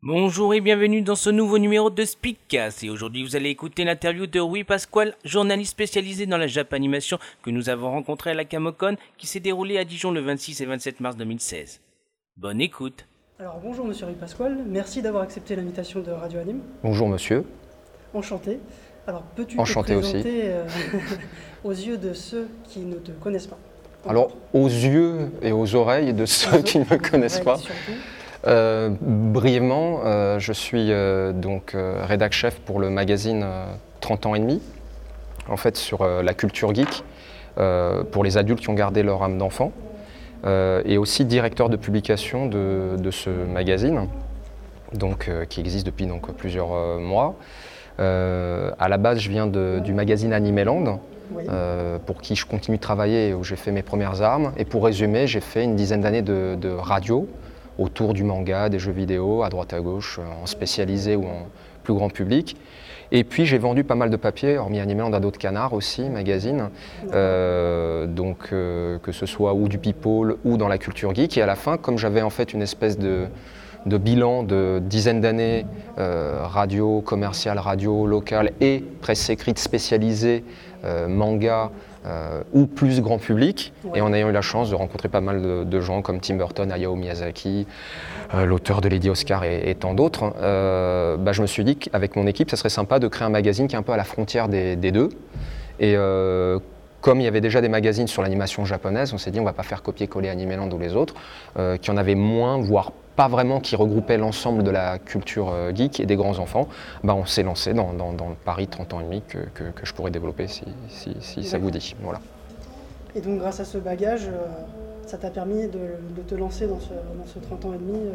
Bonjour et bienvenue dans ce nouveau numéro de Speakcast. Et aujourd'hui, vous allez écouter l'interview de Rui Pascual, journaliste spécialisé dans la Japanimation que nous avons rencontré à la Camocon qui s'est déroulée à Dijon le 26 et 27 mars 2016. Bonne écoute. Alors bonjour Monsieur Rui Pascual, merci d'avoir accepté l'invitation de Radio Anime. Bonjour monsieur. Enchanté. Alors peux-tu Enchanté te présenter aux yeux de ceux qui ne te connaissent pas? Alors aux yeux et aux oreilles de ceux qui ne me connaissent pas. Brièvement, je suis rédac chef pour le magazine 30 ans et demi, en fait sur la culture geek, pour les adultes qui ont gardé leur âme d'enfant, et aussi directeur de publication de ce magazine, qui existe depuis plusieurs mois. À la base, je viens du magazine Animeland, oui. Pour qui je continue de travailler et où j'ai fait mes premières armes. Et pour résumer, j'ai fait une dizaine d'années de radio, autour du manga, des jeux vidéo, à droite à gauche, en spécialisé ou en plus grand public. Et puis j'ai vendu pas mal de papiers, hormis Animeland, à d'autres canards aussi, magazines, que ce soit ou du people ou dans la culture geek. Et à la fin, comme j'avais en fait une espèce de bilan de dizaines d'années, radio, commercial, radio, locale et presse écrite spécialisée, manga, ou plus grand public, ouais. Et en ayant eu la chance de rencontrer pas mal de gens comme Tim Burton, Hayao Miyazaki, l'auteur de Lady Oscar et tant d'autres, je me suis dit qu'avec mon équipe, ça serait sympa de créer un magazine qui est un peu à la frontière des deux. Et comme il y avait déjà des magazines sur l'animation japonaise, on s'est dit on ne va pas faire copier-coller Animeland ou les autres, qui en avaient moins, voire pas vraiment, qui regroupaient l'ensemble de la culture geek et des grands enfants. On s'est lancé dans le pari 30 ans et demi que je pourrais développer si ça vous dit. Voilà. Et donc grâce à ce bagage, ça t'a permis de te lancer dans ce 30 ans et demi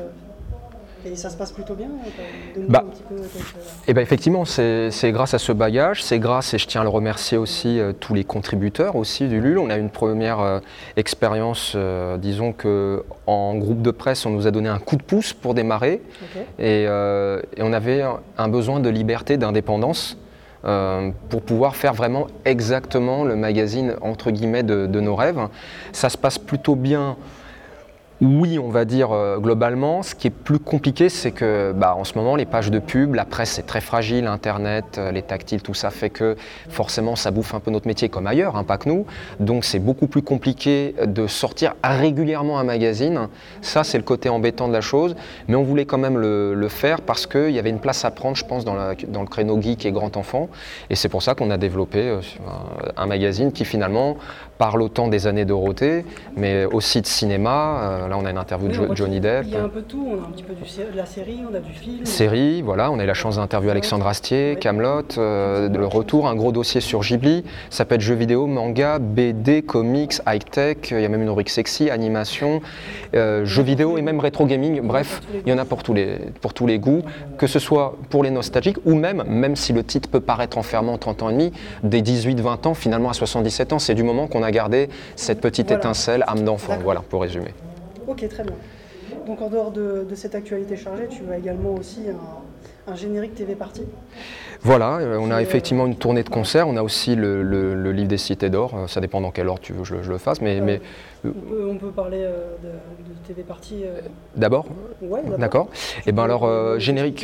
et ça se passe plutôt bien un petit peu, effectivement, c'est grâce à ce bagage, c'est grâce, et je tiens à le remercier aussi, tous les contributeurs aussi du LUL. On a eu une première expérience, disons qu'en groupe de presse, on nous a donné un coup de pouce pour démarrer, okay. Et on avait un besoin de liberté, d'indépendance, pour pouvoir faire vraiment exactement le magazine entre guillemets de nos rêves. Ça se passe plutôt bien. Oui, on va dire globalement. Ce qui est plus compliqué, c'est que en ce moment, les pages de pub, la presse c'est très fragile, Internet, les tactiles, tout ça fait que forcément ça bouffe un peu notre métier comme ailleurs, pas que nous. Donc c'est beaucoup plus compliqué de sortir régulièrement un magazine. Ça, c'est le côté embêtant de la chose. Mais on voulait quand même le faire parce qu'il y avait une place à prendre, je pense, dans le créneau geek et grand enfant. Et c'est pour ça qu'on a développé un magazine qui finalement parle autant des années Dorothée, mais aussi de cinéma. Là, on a une interview de Johnny Depp. Il y a un peu de tout, on a un petit peu de la série, on a du film. Série, voilà, on a eu la chance d'interviewer Alexandre Astier, ouais. Camelot, le retour, un gros dossier sur Ghibli. Ça peut être jeux vidéo, manga, BD, comics, high-tech, il y a même une rubrique sexy, animation, jeux vidéo et même rétro gaming. Bref, il y en a pour tous les goûts, que ce soit pour les nostalgiques ou même si le titre peut paraître enfermant 30 ans et demi, des 18-20 ans, finalement à 77 ans, c'est du moment qu'on a gardé cette petite étincelle, âme d'enfant, voilà, pour résumer. Ok, très bien. Donc en dehors de cette actualité chargée, tu as également aussi un générique TV Party. Voilà, on a effectivement une tournée de concerts, on a aussi le livre des cités d'or, ça dépend dans quel ordre tu veux que je le fasse, mais on peut parler de TV Party. D'abord ? Ouais, d'accord. Et alors, générique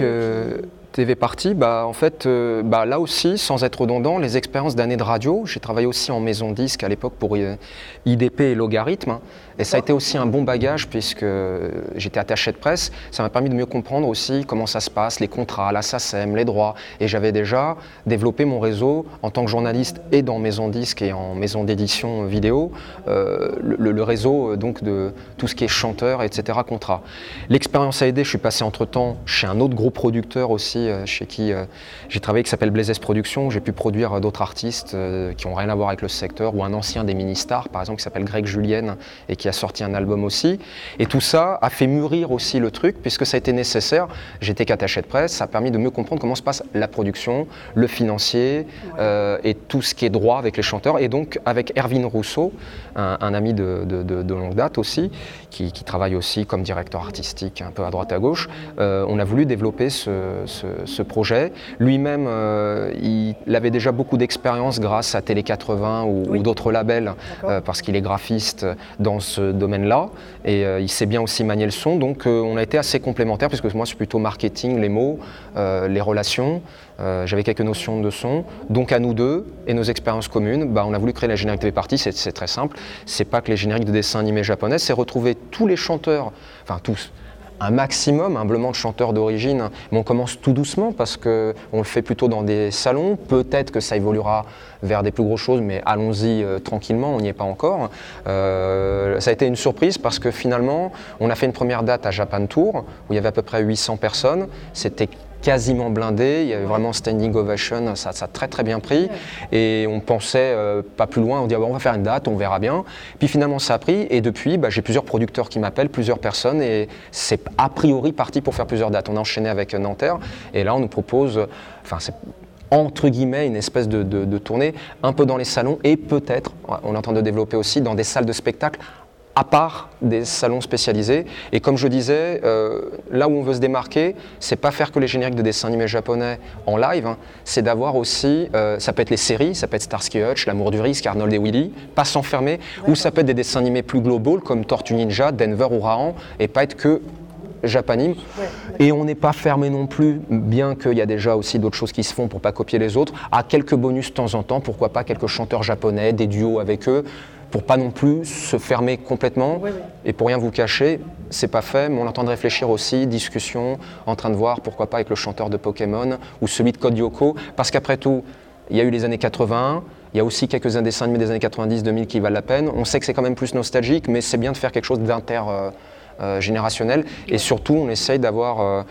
TV Party, là aussi, sans être redondant, les expériences d'années de radio. J'ai travaillé aussi en maison disque à l'époque pour IDP et Logarithme. Et ça a été aussi un bon bagage puisque j'étais attaché de presse. Ça m'a permis de mieux comprendre aussi comment ça se passe, les contrats, la SACEM, les droits. Et j'avais déjà développé mon réseau en tant que journaliste et dans maison disque et en maison d'édition vidéo, le réseau donc de tout ce qui est chanteur, etc. contrat. L'expérience a aidé. Je suis passé entre-temps chez un autre gros producteur aussi, chez qui j'ai travaillé, qui s'appelle Blaise Productions. J'ai pu produire d'autres artistes qui n'ont rien à voir avec le secteur, ou un ancien des mini-stars, par exemple, qui s'appelle Greg Julienne et qui a sorti un album aussi. Et tout ça a fait mûrir aussi le truc, puisque ça a été nécessaire. J'étais qu'attaché de presse. après, ça a permis de mieux comprendre comment se passe la production, le financier et tout ce qui est droit avec les chanteurs. Et donc avec Erwin Rousseau, un ami de longue date aussi, qui travaille aussi comme directeur artistique un peu à droite à gauche, on a voulu développer ce projet. Lui-même, il avait déjà beaucoup d'expérience grâce à Télé 80 ou d'autres labels, parce qu'il est graphiste dans ce domaine-là, et il sait bien aussi manier le son, donc on a été assez complémentaires, puisque moi je suis plutôt marketing, les mots, les relations, j'avais quelques notions de son, donc à nous deux et nos expériences communes, on a voulu créer la générique TV Party. C'est très simple, c'est pas que les génériques de dessins animés japonais, c'est retrouver tous les chanteurs, enfin tous, un maximum, humblement, de chanteurs d'origine, mais on commence tout doucement parce qu'on le fait plutôt dans des salons, peut-être que ça évoluera vers des plus grosses choses, mais allons-y tranquillement, on n'y est pas encore. Ça a été une surprise parce que finalement, on a fait une première date à Japan Tour, où il y avait à peu près 800 personnes, c'était quasiment blindé, il y avait vraiment standing ovation, ça a très très bien pris, et on pensait pas plus loin, on dit on va faire une date, on verra bien, puis finalement ça a pris, et depuis j'ai plusieurs producteurs qui m'appellent, plusieurs personnes, et c'est a priori parti pour faire plusieurs dates. On a enchaîné avec Nanterre, et là on nous propose, c'est entre guillemets une espèce de tournée, un peu dans les salons, et peut-être, on est en train de développer aussi dans des salles de spectacle, à part des salons spécialisés. Et comme je disais, là où on veut se démarquer, c'est pas faire que les génériques de dessins animés japonais en live, c'est d'avoir aussi, ça peut être les séries, ça peut être Starsky et Hutch, L'amour du risque, Arnold et Willy, pas s'enfermer, ou ça peut être des dessins animés plus globaux comme Tortue Ninja, Denver ou Rahan, et pas être que Japanime. Et on n'est pas fermé non plus, bien qu'il y a déjà aussi d'autres choses qui se font pour pas copier les autres, à quelques bonus de temps en temps, pourquoi pas quelques chanteurs japonais, des duos avec eux, pour pas non plus se fermer complètement. Et pour rien vous cacher, c'est pas fait, mais on est en train de réfléchir aussi, discussion, en train de voir pourquoi pas avec le chanteur de Pokémon ou celui de Code Lyoko, parce qu'après tout, il y a eu les années 80, il y a aussi quelques dessins animés des années 90-2000 qui valent la peine. On sait que c'est quand même plus nostalgique, mais c'est bien de faire quelque chose d'intergénérationnel, et surtout on essaye d'avoir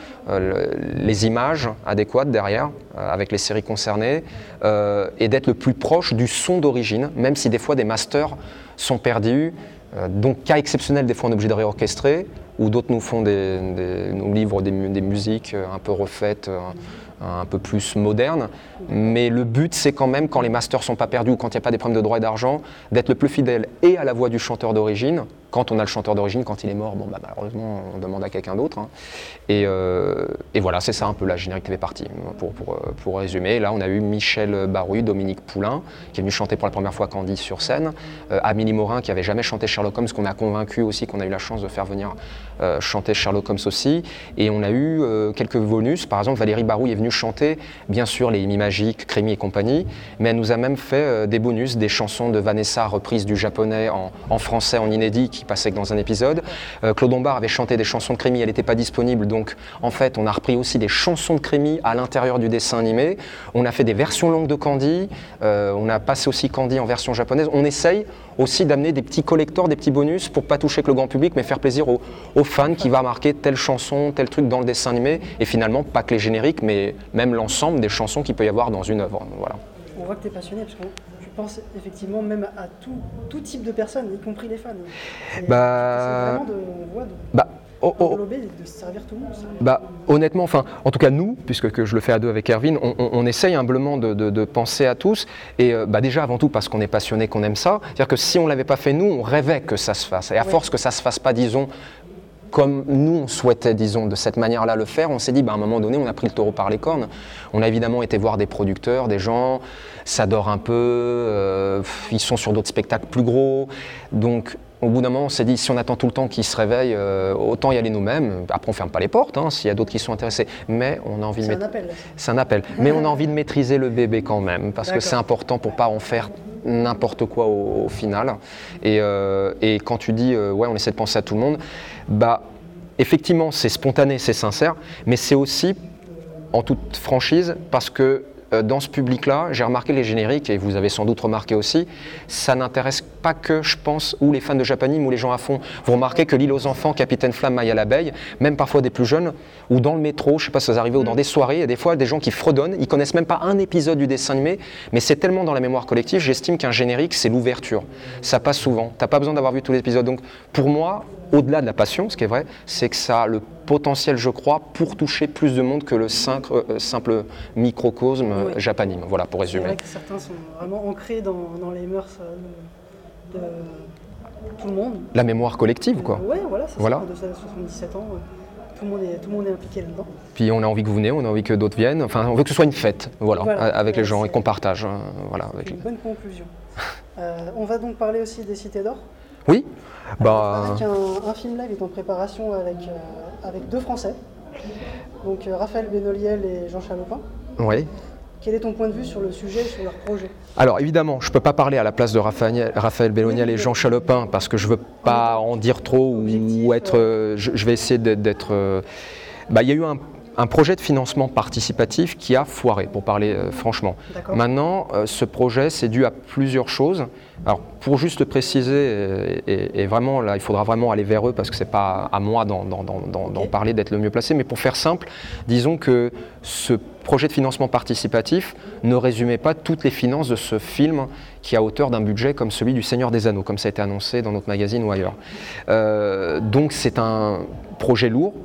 les images adéquates derrière, avec les séries concernées, et d'être le plus proche du son d'origine, même si des fois des masters sont perdus. Donc cas exceptionnel, des fois on est obligé de réorchestrer, ou d'autres nous font nous livrent des musiques un peu refaites, un peu plus modernes. Mais le but, c'est quand même, quand les masters ne sont pas perdus ou quand il n'y a pas des problèmes de droit et d'argent, d'être le plus fidèle et à la voix du chanteur d'origine. Quand on a le chanteur d'origine, quand il est mort, malheureusement, on demande à quelqu'un d'autre. Et voilà, c'est ça un peu la générique TV Party, pour résumer. Là, on a eu Michel Barouille, Dominique Poulain, qui est venu chanter pour la première fois Candy sur scène, Amélie Morin, qui n'avait jamais chanté Sherlock Holmes, qu'on a convaincu aussi, qu'on a eu la chance de faire venir chanter Sherlock Holmes aussi. Et on a eu quelques bonus. Par exemple, Valérie Barouille est venue chanter, bien sûr, les Mimi Magiques, Crémy et compagnie, mais elle nous a même fait des bonus, des chansons de Vanessa reprises du japonais en français, en inédit, qui passait dans un épisode. Claude Lombard avait chanté des chansons de Crémy, elle n'était pas disponible, donc en fait on a repris aussi des chansons de Crémy à l'intérieur du dessin animé. On a fait des versions longues de Candy, on a passé aussi Candy en version japonaise. On essaye aussi d'amener des petits collectors, des petits bonus pour pas toucher que le grand public, mais faire plaisir aux fans qui va marquer telle chanson, tel truc dans le dessin animé, et finalement pas que les génériques, mais même l'ensemble des chansons qu'il peut y avoir dans une œuvre. Voilà. On voit que tu es passionné, parce que tu penses effectivement même à tout type de personnes, y compris les fans. C'est vraiment englober, de servir tout le monde. Honnêtement, en tout cas nous, puisque je le fais à deux avec Erwin, on essaye humblement de penser à tous, et déjà avant tout parce qu'on est passionné, qu'on aime ça. C'est-à-dire que si on ne l'avait pas fait nous, on rêvait que ça se fasse. Et à force que ça ne se fasse pas, disons, comme nous on souhaitait, disons, de cette manière-là le faire, on s'est dit, à un moment donné, on a pris le taureau par les cornes. On a évidemment été voir des producteurs, des gens, ça dort un peu, ils sont sur d'autres spectacles plus gros. Donc, au bout d'un moment, on s'est dit, si on attend tout le temps qu'ils se réveillent, autant y aller nous-mêmes. Après, on ne ferme pas les portes, s'il y a d'autres qui sont intéressés. Mais on a envie C'est un appel. Mais on a envie de maîtriser le bébé quand même, parce que c'est important pour ne pas en faire n'importe quoi au final. Et quand tu dis, on essaie de penser à tout le monde, effectivement, c'est spontané, c'est sincère, mais c'est aussi, en toute franchise, parce que dans ce public-là, j'ai remarqué les génériques, et vous avez sans doute remarqué aussi, ça n'intéresse pas que, je pense, ou les fans de Japanime ou les gens à fond. Vous remarquez que L'île aux enfants, Capitaine Flamme, Maya l'abeille, même parfois des plus jeunes, ou dans le métro, je ne sais pas si vous arrivez, ou dans des soirées, il y a des fois des gens qui fredonnent, ils connaissent même pas un épisode du dessin animé, mais c'est tellement dans la mémoire collective, j'estime qu'un générique, c'est l'ouverture. Ça passe souvent, tu n'as pas besoin d'avoir vu tous les épisodes. Donc pour moi, au-delà de la passion, ce qui est vrai, c'est que ça a le potentiel, je crois, pour toucher plus de monde que le simple microcosme japanime. Voilà, pour résumer. C'est vrai que certains sont vraiment ancrés dans les mœurs de tout le monde. La mémoire collective, quoi. Oui, voilà, c'est ça, de 77 ans. Tout le monde est impliqué là-dedans. Puis on a envie que vous venez, on a envie que d'autres viennent. Enfin, on veut que ce soit une fête, avec les gens et qu'on partage. Voilà, c'est une bonne conclusion. On va donc parler aussi des Cités d'Or. Oui. Avec un film live est en préparation avec 2 Français, donc Raphaël Benoliel et Jean Chalopin. Oui. Quel est ton point de vue sur le sujet et sur leur projet? Alors évidemment, je ne peux pas parler à la place de Raphaël Benoliel et Jean Chalopin parce que je ne veux pas en dire trop ou être... Je vais essayer d'être... Il y a eu un projet de financement participatif qui a foiré, pour parler franchement. Maintenant, ce projet, c'est dû à plusieurs choses. Alors, pour juste préciser, et vraiment, là, il faudra vraiment aller vers eux parce que ce n'est pas à moi d'en parler, d'être le mieux placé, mais pour faire simple, disons que ce projet de financement participatif ne résumait pas toutes les finances de ce film qui est à hauteur d'un budget comme celui du Seigneur des Anneaux, comme ça a été annoncé dans notre magazine ou ailleurs. Donc, c'est un projet lourd.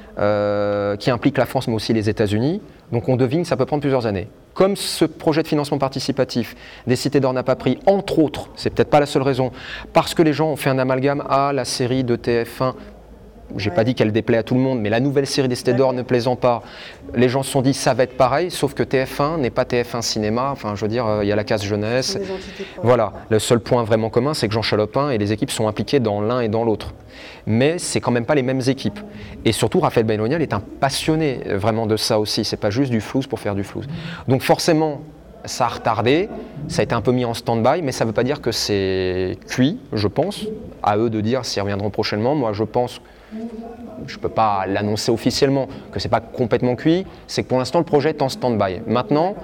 Qui implique la France mais aussi les États-Unis. Donc on devine, ça peut prendre plusieurs années. Comme ce projet de financement participatif des Cités d'Or n'a pas pris, entre autres, c'est peut-être pas la seule raison, parce que les gens ont fait un amalgame à la série de TF1. J'ai pas dit qu'elle déplaît à tout le monde, mais la nouvelle série des Cités d'Or ne plaisant pas. Les gens se sont dit ça va être pareil, sauf que TF1 n'est pas TF1 Cinéma. Enfin, je veux dire, il y a la case jeunesse. Voilà, le seul point vraiment commun, c'est que Jean Chalopin et les équipes sont impliqués dans l'un et dans l'autre. Mais c'est quand même pas les mêmes équipes. Et surtout, Raphaël Benoliel est un passionné vraiment de ça aussi. C'est pas juste du flouze pour faire du flouze. Donc forcément, ça a retardé, ça a été un peu mis en stand-by, mais ça ne veut pas dire que c'est cuit, je pense. À eux de dire s'ils reviendront prochainement. Moi, je pense, je ne peux pas l'annoncer officiellement, que ce n'est pas complètement cuit. C'est que pour l'instant, le projet est en stand-by. Maintenant,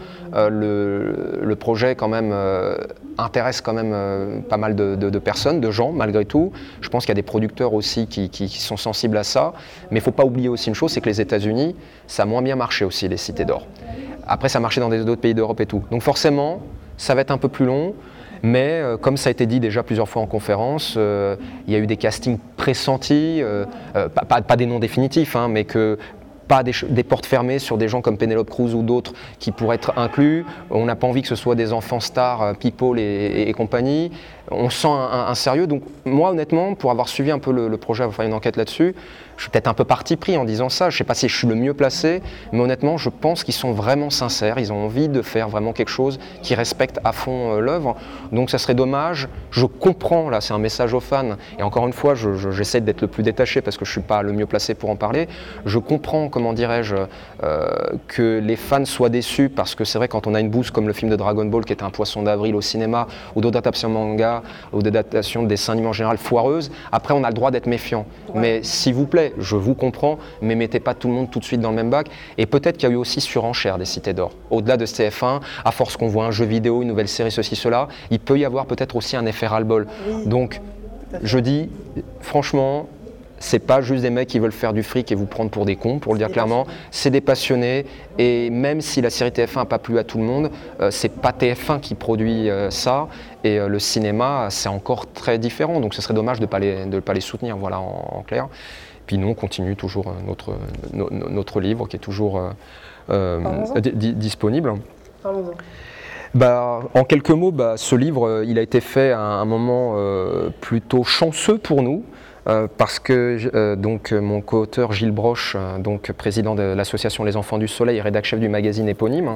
le projet quand même intéresse quand même pas mal de personnes, de gens, malgré tout. Je pense qu'il y a des producteurs aussi qui sont sensibles à ça. Mais il ne faut pas oublier aussi une chose, c'est que les États-Unis, ça a moins bien marché aussi, les Cités d'Or. Après, ça marchait dans d'autres pays d'Europe et tout. Donc forcément, ça va être un peu plus long. Mais comme ça a été dit déjà plusieurs fois en conférence, il y a eu des castings pressentis, pas des noms définitifs, hein, mais que pas des portes fermées sur des gens comme Penelope Cruz ou d'autres qui pourraient être inclus. On n'a pas envie que ce soit des enfants stars, People et compagnie. On sent un sérieux. Donc moi, honnêtement, pour avoir suivi un peu le projet, avoir fait une enquête là-dessus, je suis peut-être un peu parti pris en disant ça. Je ne sais pas si je suis le mieux placé, mais honnêtement, je pense qu'ils sont vraiment sincères. Ils ont envie de faire vraiment quelque chose qui respecte à fond l'œuvre. Donc ça serait dommage. Je comprends, là, c'est un message aux fans. Et encore une fois, j'essaie d'être le plus détaché parce que je ne suis pas le mieux placé pour en parler. Je comprends, comment dirais-je, que les fans soient déçus parce que c'est vrai, quand on a une bouse comme le film de Dragon Ball qui est un poisson d'avril au cinéma, ou d'autres adaptations manga, ou d'adaptations de dessins animés en général foireuses, après on a le droit d'être méfiant. Ouais. Mais s'il vous plaît, je vous comprends, mais mettez pas tout le monde tout de suite dans le même bac. Et peut-être qu'il y a eu aussi surenchère des Cités d'Or. Au-delà de TF1, à force qu'on voit un jeu vidéo, une nouvelle série, ceci, cela, il peut y avoir peut-être aussi un effet ras-le-bol. Oui. Donc, je dis, franchement, c'est pas juste des mecs qui veulent faire du fric et vous prendre pour des cons, pour le dire clairement. C'est des passionnés. Et même si la série TF1 n'a pas plu à tout le monde, c'est pas TF1 qui produit ça. Et le cinéma, c'est encore très différent. Donc ce serait dommage de ne pas les soutenir, voilà, en clair. Puis nous, on continue toujours notre livre qui est toujours disponible. Parlons-en. En quelques mots, ce livre, il a été fait à un moment plutôt chanceux pour nous. Parce que donc, mon co-auteur Gilles Broche, donc président de l'association Les Enfants du Soleil et rédacteur-chef du magazine éponyme,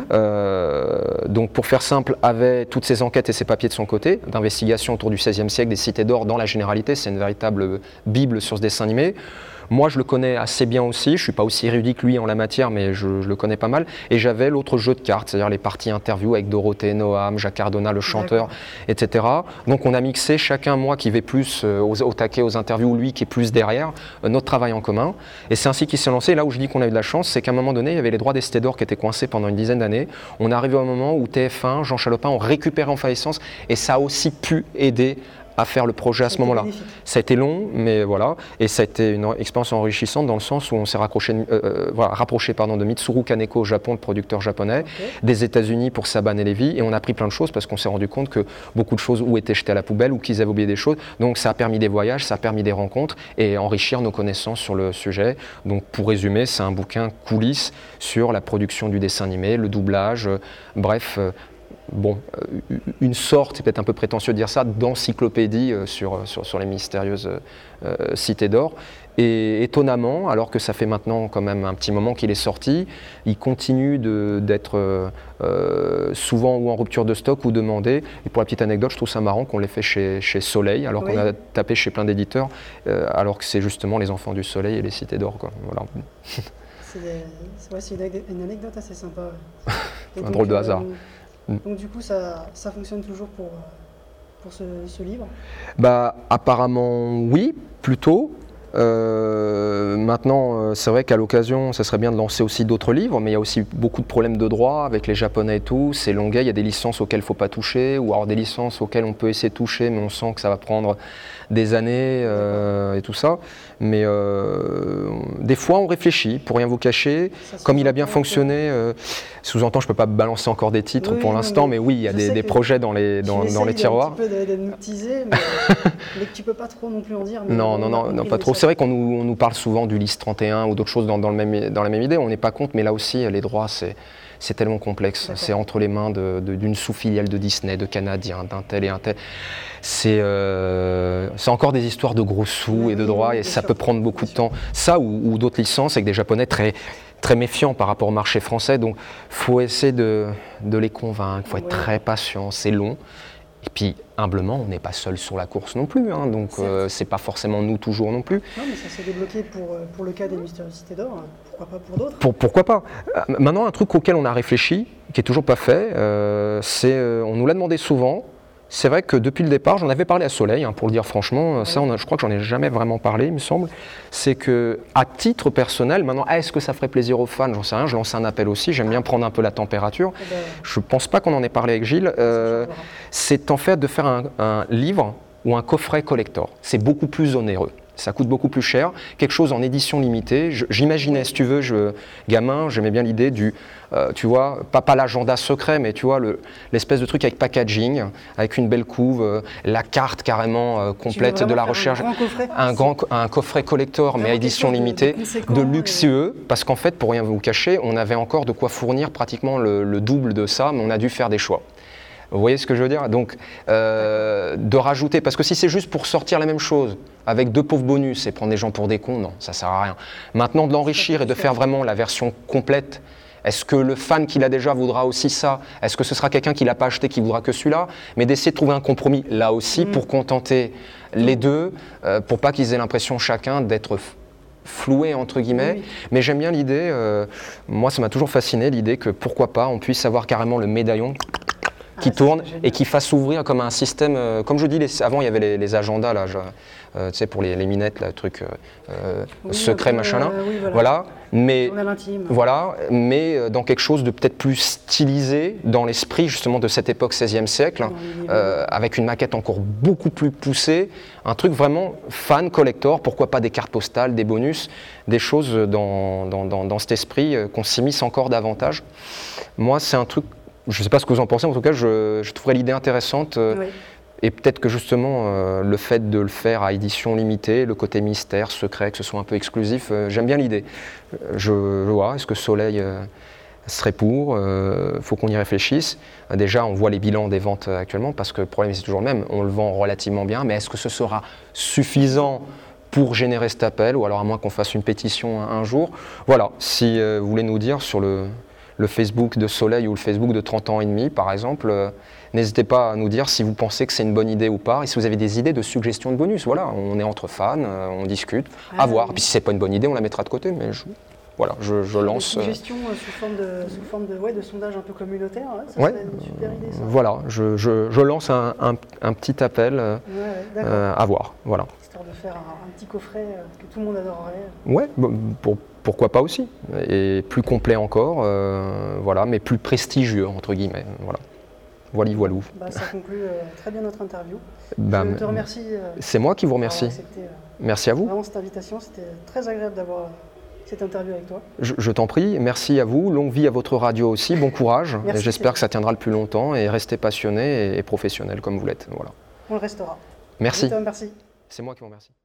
donc pour faire simple, avait toutes ses enquêtes et ses papiers de son côté, d'investigation autour du XVIe siècle, des Cités d'Or dans la généralité, c'est une véritable bible sur ce dessin animé. Moi, je le connais assez bien aussi, je ne suis pas aussi érudit que lui en la matière, mais je le connais pas mal. Et j'avais l'autre jeu de cartes, c'est-à-dire les parties interviews avec Dorothée, Noam, Jacques Cardona, le chanteur, etc. Donc on a mixé chacun, moi qui vais plus au taquet aux interviews, lui qui est plus derrière, notre travail en commun. Et c'est ainsi qu'il s'est lancé. Et là où je dis qu'on a eu de la chance, c'est qu'à un moment donné, il y avait les droits des Cités d'Or qui étaient coincés pendant une dizaine d'années. On est arrivé au moment où TF1, Jean Chalopin ont récupéré en faïence et ça a aussi pu aider à faire le projet à ce moment-là. Bénéfique. Ça a été long, mais voilà, et ça a été une expérience enrichissante dans le sens où on s'est rapproché de Mitsuru Kaneko au Japon, le producteur japonais, des États-Unis pour Saban et Levy, et on a appris plein de choses parce qu'on s'est rendu compte que beaucoup de choses ou étaient jetées à la poubelle ou qu'ils avaient oublié des choses. Donc ça a permis des voyages, ça a permis des rencontres et enrichir nos connaissances sur le sujet. Donc pour résumer, c'est un bouquin coulisses sur la production du dessin animé, le doublage, bref. Une sorte, c'est peut-être un peu prétentieux de dire ça, d'encyclopédie sur les mystérieuses cités d'or. Et étonnamment, alors que ça fait maintenant quand même un petit moment qu'il est sorti, il continue d'être souvent ou en rupture de stock ou demandé. Et pour la petite anecdote, je trouve ça marrant qu'on l'ait fait chez Soleil, alors qu'on a tapé chez plein d'éditeurs, alors que c'est justement les enfants du Soleil et les cités d'or, quoi. Voilà. C'est une anecdote assez sympa. Un drôle de hasard. Donc du coup, ça fonctionne toujours pour ce livre ? Apparemment oui, plutôt. Maintenant, c'est vrai qu'à l'occasion, ça serait bien de lancer aussi d'autres livres, mais il y a aussi beaucoup de problèmes de droit avec les Japonais et tout. C'est longuet, il y a des licences auxquelles il ne faut pas toucher, ou alors des licences auxquelles on peut essayer de toucher, mais on sent que ça va prendre des années et tout ça. Mais des fois, on réfléchit, pour rien vous cacher. Comme il a bien fonctionné, sous-entend, je ne peux pas balancer encore des titres pour l'instant, mais oui, il y a des projets dans les tiroirs. Un petit peu de nous teaser, mais que tu ne peux pas trop non plus en dire. Non, pas trop. C'est vrai qu'on nous parle souvent d'Ulysse 31 ou d'autres choses dans la même idée. On n'est pas contre, mais là aussi, les droits, c'est tellement complexe. C'est entre les mains d'une sous-filiale de Disney, de Canadiens, d'un tel et un tel. C'est encore des histoires de gros sous et de droits, et ça peut prendre beaucoup de temps. Ça ou d'autres licences avec des Japonais très méfiants par rapport au marché français. Donc, il faut essayer de les convaincre, il faut être très patient, c'est long. Et puis, humblement, on n'est pas seul sur la course non plus, hein, donc c'est pas forcément nous toujours non plus. Non, mais ça s'est débloqué pour le cas des Mystérieuses Cités d'Or, pourquoi pas pour d'autres ? Pourquoi pas ? Maintenant, un truc auquel on a réfléchi, qui est toujours pas fait, on nous l'a demandé souvent. C'est vrai que depuis le départ, j'en avais parlé à Soleil, pour le dire franchement, ça je crois que j'en ai jamais vraiment parlé, il me semble. C'est que, à titre personnel, maintenant, est-ce que ça ferait plaisir aux fans ? J'en sais rien, je lance un appel aussi, j'aime bien prendre un peu la température. Je pense pas qu'on en ait parlé avec Gilles. C'est en fait de faire un livre ou un coffret collector. C'est beaucoup plus onéreux. Ça coûte beaucoup plus cher, quelque chose en édition limitée. J'imaginais, si tu veux, gamin, j'aimais bien l'idée du, tu vois, pas l'agenda secret, mais tu vois, l'espèce de truc avec packaging, avec une belle couve, la carte carrément complète de la recherche. Un coffret collector, mais à édition limitée, de luxueux, parce qu'en fait, pour rien vous cacher, on avait encore de quoi fournir pratiquement le double de ça, mais on a dû faire des choix. Vous voyez ce que je veux dire ? Donc, de rajouter, parce que si c'est juste pour sortir la même chose, avec 2 pauvres bonus et prendre des gens pour des cons, non, ça sert à rien. Maintenant, de l'enrichir et de faire vraiment la version complète, est-ce que le fan qui l'a déjà voudra aussi ça ? Est-ce que ce sera quelqu'un qui ne l'a pas acheté qui voudra que celui-là ? Mais d'essayer de trouver un compromis, là aussi, pour contenter les deux, pour pas qu'ils aient l'impression chacun d'être floué entre guillemets, mais j'aime bien l'idée, moi ça m'a toujours fasciné l'idée que pourquoi pas on puisse avoir carrément le médaillon qui tourne et qui fasse ouvrir comme un système, comme je dis, avant il y avait les agendas là, tu sais, pour les minettes, là, truc secret machin là, voilà. Mais dans quelque chose de peut-être plus stylisé dans l'esprit justement de cette époque 16e siècle, avec une maquette encore beaucoup plus poussée, un truc vraiment fan collector, pourquoi pas des cartes postales, des bonus, des choses dans cet esprit qu'on s'immisce encore davantage. Moi c'est un truc, je ne sais pas ce que vous en pensez, en tout cas je trouverais l'idée intéressante. Et peut-être que justement le fait de le faire à édition limitée, le côté mystère, secret, que ce soit un peu exclusif, j'aime bien l'idée. Je vois, est-ce que Soleil serait pour ? Faut qu'on y réfléchisse. Déjà, on voit les bilans des ventes actuellement, parce que le problème c'est toujours le même, on le vend relativement bien, mais est-ce que ce sera suffisant pour générer cet appel, ou alors à moins qu'on fasse une pétition un jour ? Voilà, si vous voulez nous dire sur le Facebook de Soleil ou le Facebook de 30 ans et demi, par exemple, n'hésitez pas à nous dire si vous pensez que c'est une bonne idée ou pas, et si vous avez des idées de suggestions de bonus. Voilà, on est entre fans, on discute, à voir. Et puis si c'est pas une bonne idée, on la mettra de côté, mais je lance... Des suggestions sous forme de sondage un peu communautaire, ça serait une super idée, ça. Voilà, je lance un petit appel à voir, voilà. Histoire de faire un petit coffret que tout le monde adorerait. Ouais, pourquoi pas aussi, et plus complet encore, voilà, mais plus prestigieux, entre guillemets, voilà. Voilou. Ça conclut très bien notre interview. Je te remercie. C'est moi qui vous remercie. Merci à vous. Vraiment cette invitation, c'était très agréable d'avoir cette interview avec toi. Je t'en prie, merci à vous. Longue vie à votre radio aussi, bon courage. J'espère que ça tiendra le plus longtemps et restez passionné et professionnel comme vous l'êtes. Voilà. On le restera. Merci. Merci. C'est moi qui vous remercie.